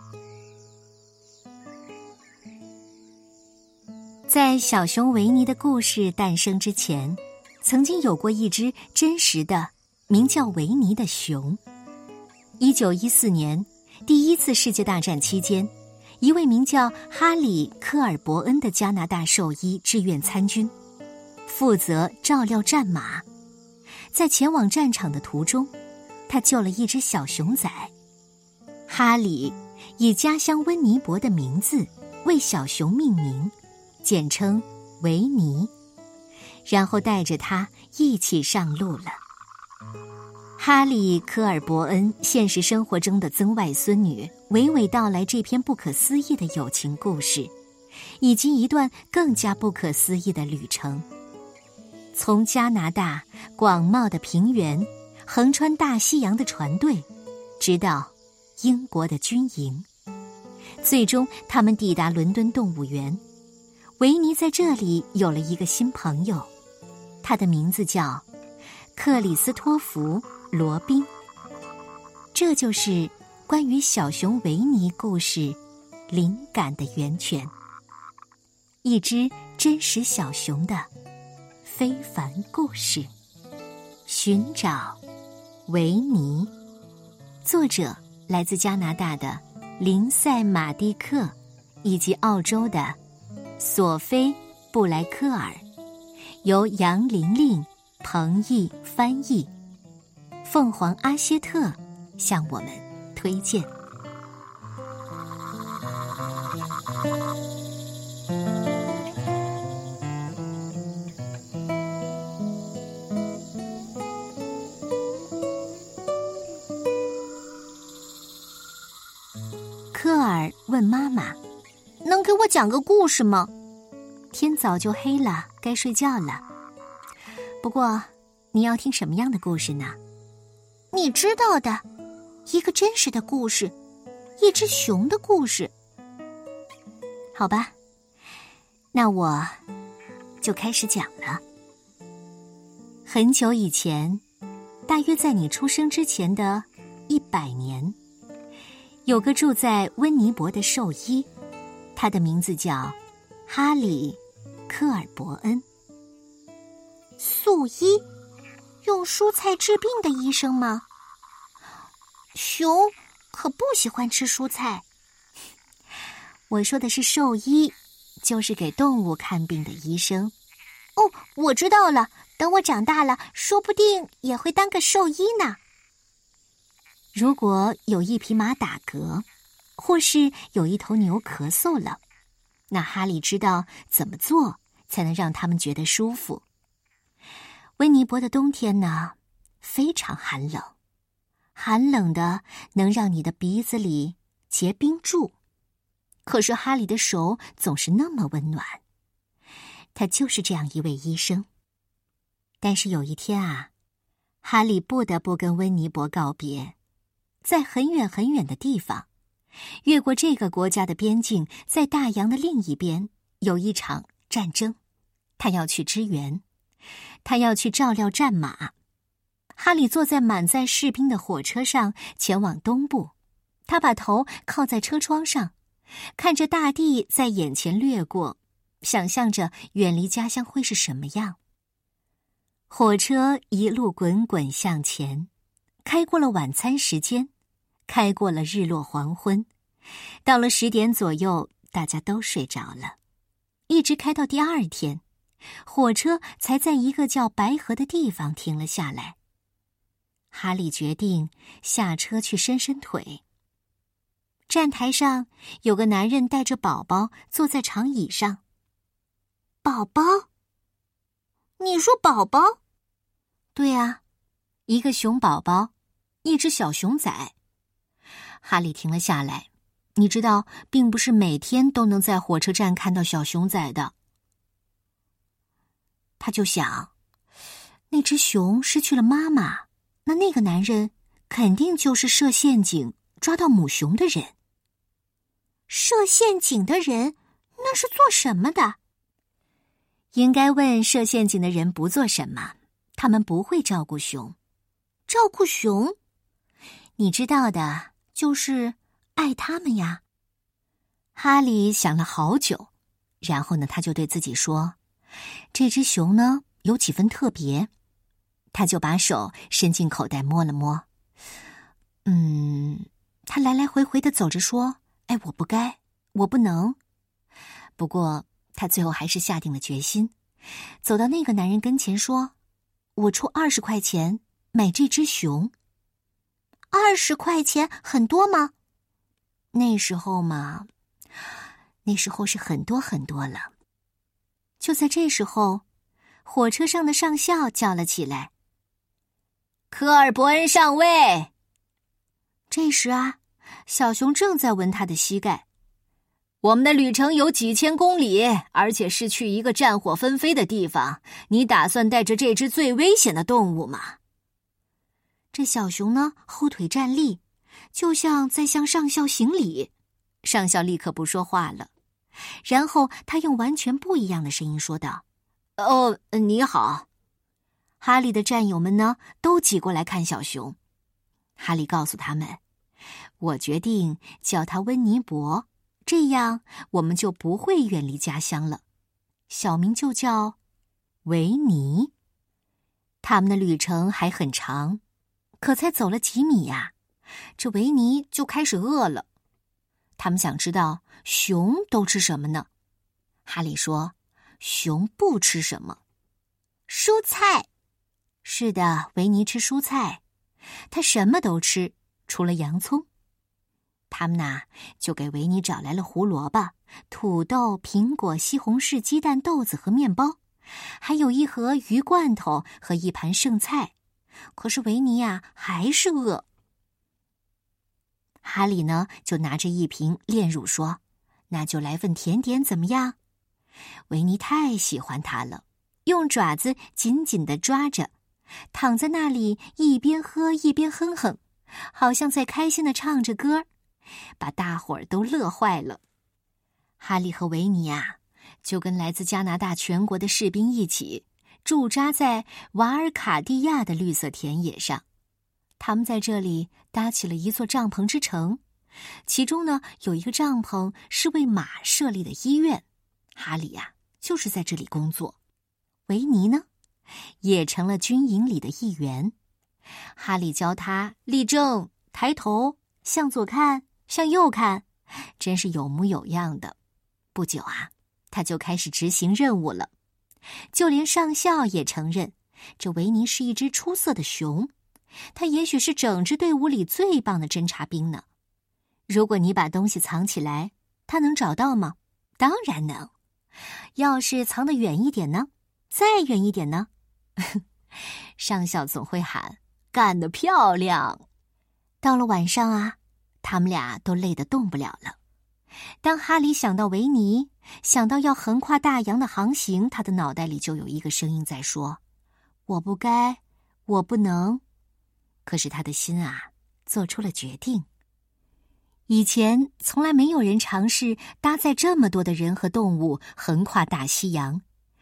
在小熊维尼的故事诞生之前，曾经有过一只真实的名叫维尼的熊。1914年，第一次世界大战期间，一位名叫哈里·科尔伯恩的加拿大兽医志愿参军，负责照料战马。在前往战场的途中，他救了一只小熊仔。哈里以家乡温尼伯的名字为小熊命名，简称维尼，然后带着他一起上路了。哈里·科尔伯恩现实生活中的曾外孙女娓娓道来这篇不可思议的友情故事，以及一段更加不可思议的旅程。从加拿大广袤的平原，横穿大西洋的船队，直到英国的军营，最终他们抵达伦敦动物园。维尼在这里有了一个新朋友，他的名字叫克里斯托弗·罗宾。这就是关于小熊维尼故事灵感的源泉，一只真实小熊的非凡故事。寻找维尼，作者来自加拿大的林赛·马蒂克以及澳洲的索菲·布莱科尔，由杨玲玲、彭毅翻译，凤凰阿歇特向我们推荐。科尔问妈妈：“ 能给我讲个故事吗？” 天早就黑了，该睡觉了。不过，你要听什么样的故事呢？ 你知道的，一个真实的故事，一只熊的故事。 好吧，那我就开始讲了。很久以前，大约在你出生之前的100年，有个住在温尼伯的兽医，他的名字叫哈里·科尔伯恩。 素医，用蔬菜治病的医生吗？熊可不喜欢吃蔬菜。 我说的是兽医，就是给动物看病的医生。 哦，我知道了，等我长大了，说不定也会当个兽医呢。 如果有一匹马打嗝，或是有一头牛咳嗽了，那哈利知道怎么做才能让他们觉得舒服。温尼伯的冬天呢，非常寒冷，寒冷的能让你的鼻子里结冰柱。可是哈利的手总是那么温暖，他就是这样一位医生。但是有一天啊，哈利不得不跟温尼伯告别。在很远很远的地方，越过这个国家的边境，在大洋的另一边，有一场战争。他要去支援，他要去照料战马。哈利坐在满载士兵的火车上，前往东部。他把头靠在车窗上，看着大地在眼前掠过，想象着远离家乡会是什么样。火车一路滚滚向前，开过了晚餐时间，开过了日落黄昏，到了10点左右，大家都睡着了。一直开到第2天，火车才在一个叫白河的地方停了下来。哈利决定下车去伸伸腿。站台上有个男人带着宝宝坐在长椅上。 宝宝？你说宝宝？ 对啊，一个熊宝宝，一只小熊仔。哈利停了下来，你知道，并不是每天都能在火车站看到小熊仔的。他就想，那只熊失去了妈妈，那个男人肯定就是设陷阱抓到母熊的人。 设陷阱的人，那是做什么的？ 应该问设陷阱的人不做什么，他们不会照顾熊。 照顾熊？ 你知道的，就是爱它们呀。哈利想了好久，然后呢，他就对自己说，这只熊呢，有几分特别。他就把手伸进口袋摸了摸。他来来回回地走着说，哎，我不该，我不能。不过他最后还是下定了决心，走到那个男人跟前说，我出20块钱买这只熊。 20块钱很多吗？ 那时候嘛，那时候是很多很多了。就在这时候，火车上的上校叫了起来，科尔伯恩上尉。这时啊，小熊正在闻他的膝盖。我们的旅程有几千公里，而且是去一个战火纷飞的地方。你打算带着这只最危险的动物吗？这小熊呢，后腿站立，就像在向上校行礼。上校立刻不说话了，然后他用完全不一样的声音说道，哦，你好。哈利的战友们呢，都挤过来看小熊。哈利告诉他们，我决定叫他温尼伯，这样我们就不会远离家乡了。小名就叫维尼。他们的旅程还很长，可才走了几米呀，这维尼就开始饿了。他们想知道熊都吃什么呢？哈利说，熊不吃什么， 蔬菜。 是的，维尼吃蔬菜，他什么都吃，除了洋葱。他们呐，就给维尼找来了胡萝卜、土豆、苹果、西红柿、鸡蛋、豆子和面包，还有一盒鱼罐头和一盘剩菜。可是维尼呀，还是饿。哈利呢，就拿着一瓶炼乳说，那就来份甜点怎么样？维尼太喜欢它了，用爪子紧紧地抓着，躺在那里一边喝一边哼哼，好像在开心地唱着歌，把大伙儿都乐坏了。哈利和维尼啊，就跟来自加拿大全国的士兵一起驻扎在瓦尔卡蒂亚的绿色田野上。他们在这里搭起了一座帐篷之城，其中呢，有一个帐篷是为马设立的医院。哈利呀，就是在这里工作。维尼呢，也成了军营里的一员。哈利教他立正、抬头、向左看、向右看，真是有模有样的。不久啊，他就开始执行任务了。就连上校也承认，这维尼是一只出色的熊。他也许是整支队伍里最棒的侦察兵呢。如果你把东西藏起来，他能找到吗？当然能。要是藏得远一点呢？再远一点呢？上校总会喊，干得漂亮。到了晚上啊，他们俩都累得动不了了。当哈利想到维尼，想到要横跨大洋的航行，他的脑袋里就有一个声音在说，我不该，我不能。可是他的心啊，做出了决定。以前从来没有人尝试搭载这么多的人和动物横跨大西洋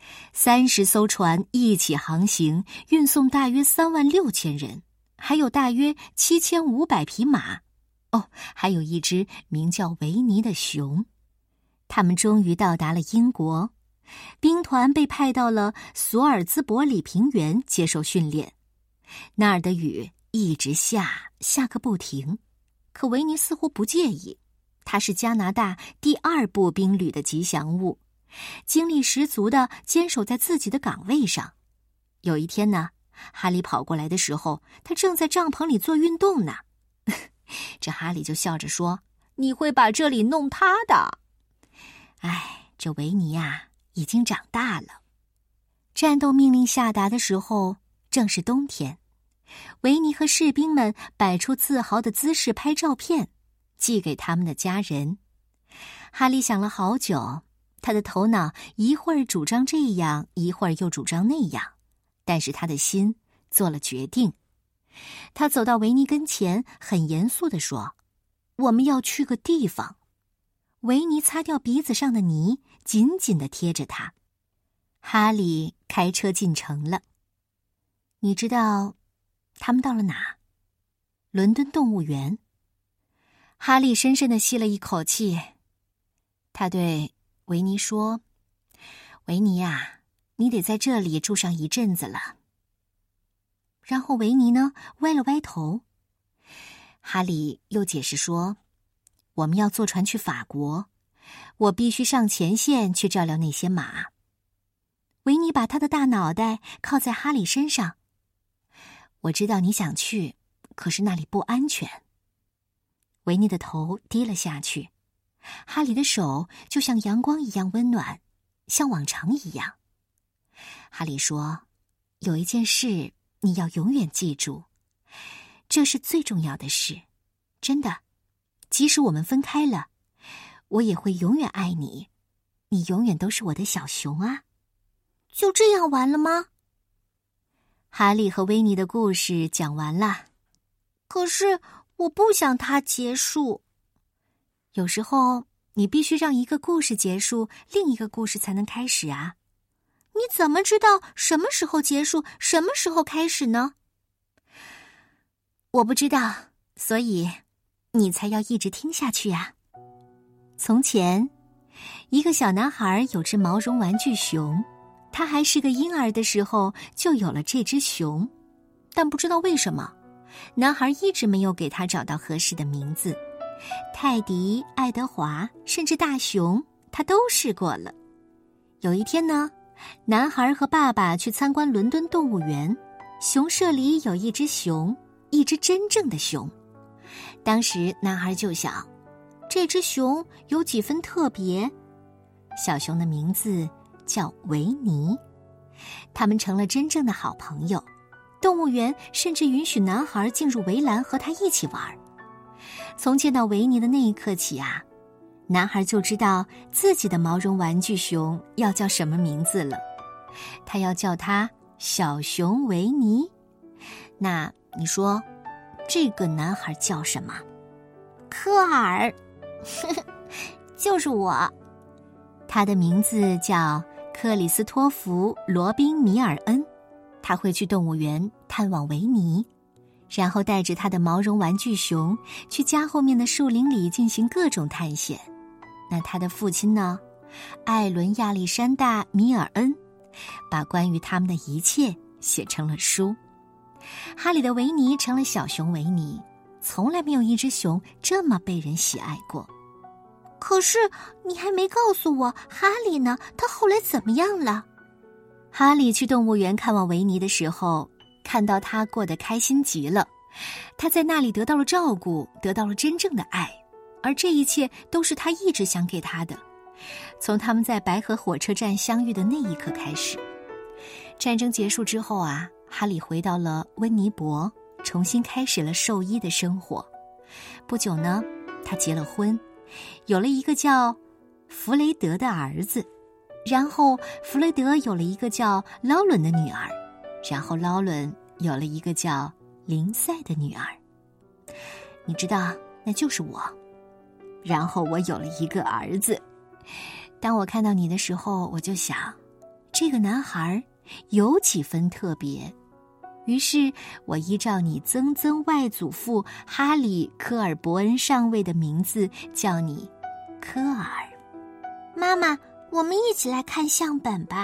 ，30艘船一起航行，运送大约36000人，还有大约7500匹马。哦，还有一只名叫维尼的熊。他们终于到达了英国，兵团被派到了索尔兹伯里平原接受训练。那儿的雨一直下个不停，可维尼似乎不介意。他是加拿大第2部兵旅的吉祥物，精力十足地坚守在自己的岗位上。有一天呢，哈利跑过来的时候，他正在帐篷里做运动呢。这哈利就笑着说，你会把这里弄塌的。哎，这维尼啊，已经长大了。战斗命令下达的时候，正是冬天。维尼和士兵们摆出自豪的姿势拍照片，寄给他们的家人。哈利想了好久，他的头脑一会儿主张这样，一会儿又主张那样，但是他的心做了决定。他走到维尼跟前，很严肃地说，我们要去个地方。维尼擦掉鼻子上的泥，紧紧地贴着他。哈利开车进城了。你知道他们到了哪？伦敦动物园。 哈利深深地吸了一口气，他对维尼说：“维尼呀，你得在这里住上一阵子了。”然后维尼呢，歪了歪头。哈利又解释说：“我们要坐船去法国，我必须上前线去照料那些马。”维尼把他的大脑袋靠在哈利身上。“我知道你想去，可是那里不安全。”维尼的头低了下去，哈利的手就像阳光一样温暖，像往常一样。哈利说：“有一件事你要永远记住，这是最重要的事，真的，即使我们分开了，我也会永远爱你，你永远都是我的小熊啊。” 就这样完了吗？ 哈利和维尼的故事讲完了。 可是我不想它结束。 有时候你必须让一个故事结束，另一个故事才能开始啊。 你怎么知道什么时候结束，什么时候开始呢？ 我不知道，所以你才要一直听下去啊。从前，一个小男孩有只毛绒玩具熊，他还是个婴儿的时候就有了这只熊，但不知道为什么，男孩一直没有给他找到合适的名字。泰迪、爱德华，甚至大熊，他都试过了。有一天呢，男孩和爸爸去参观伦敦动物园，熊舍里有一只熊，一只真正的熊。当时男孩就想，这只熊有几分特别。小熊的名字叫维尼，他们成了真正的好朋友。动物园甚至允许男孩进入围栏和他一起玩。从见到维尼的那一刻起啊，男孩就知道自己的毛绒玩具熊要叫什么名字了。他要叫他小熊维尼。那你说，这个男孩叫什么？ 科尔，就是我。 他的名字叫克里斯托弗·罗宾·米尔恩。他会去动物园探望维尼，然后带着他的毛绒玩具熊去家后面的树林里进行各种探险。那他的父亲呢，艾伦·亚历山大·米尔恩，把关于他们的一切写成了书。哈里的维尼成了小熊维尼，从来没有一只熊这么被人喜爱过。 可是你还没告诉我，哈利呢？他后来怎么样了？ 哈利去动物园看望维尼的时候，看到他过得开心极了。他在那里得到了照顾，得到了真正的爱，而这一切都是他一直想给他的。从他们在白河火车站相遇的那一刻开始。战争结束之后啊，哈利回到了温尼伯，重新开始了兽医的生活。不久呢，他结了婚，有了一个叫弗雷德的儿子。然后弗雷德有了一个叫劳伦的女儿，然后劳伦有了一个叫林赛的女儿。你知道，那就是我。然后我有了一个儿子。当我看到你的时候，我就想，这个男孩有几分特别。于是我依照你曾曾外祖父哈里·科尔伯恩上尉的名字叫你科尔。 妈妈，我们一起来看相本吧。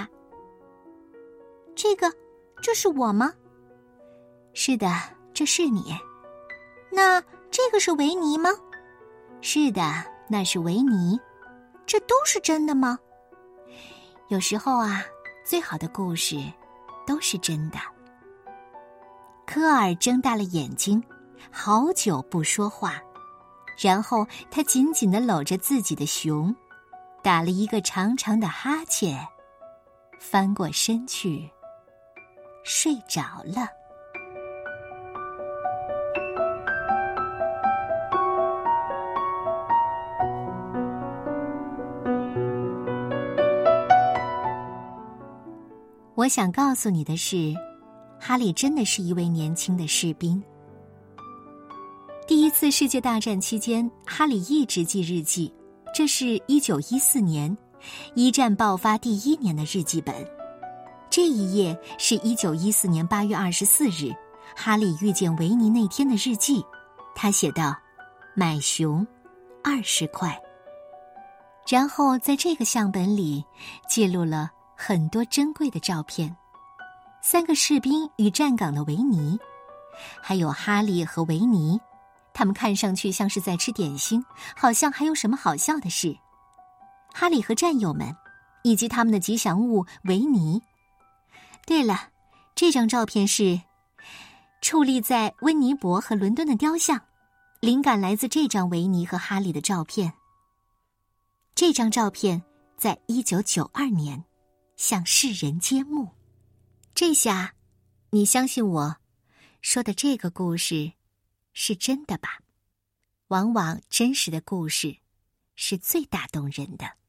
这是我吗？ 是的，这是你。 那这个是维尼吗？ 是的，那是维尼。 这都是真的吗？ 有时候啊，最好的故事都是真的。科尔睁大了眼睛，好久不说话，然后他紧紧地搂着自己的熊，打了一个长长的哈欠，翻过身去，睡着了。我想告诉你的是，哈利真的是一位年轻的士兵。第一次世界大战期间，哈利一直记日记，这是1914年，一战爆发第1年的日记本。这一页是1914年8月24日，哈利遇见维尼那天的日记。他写道： 买熊20块。然后在这个相本里记录了很多珍贵的照片，3个士兵与站岗的维尼，还有哈利和维尼，他们看上去像是在吃点心，好像还有什么好笑的事。哈利和战友们，以及他们的吉祥物维尼。对了，这张照片是矗立在温尼伯和伦敦的雕像，灵感来自这张维尼和哈利的照片。这张照片在1992年向世人揭幕。这下，你相信我说的这个故事是真的吧？往往真实的故事是最打动人的。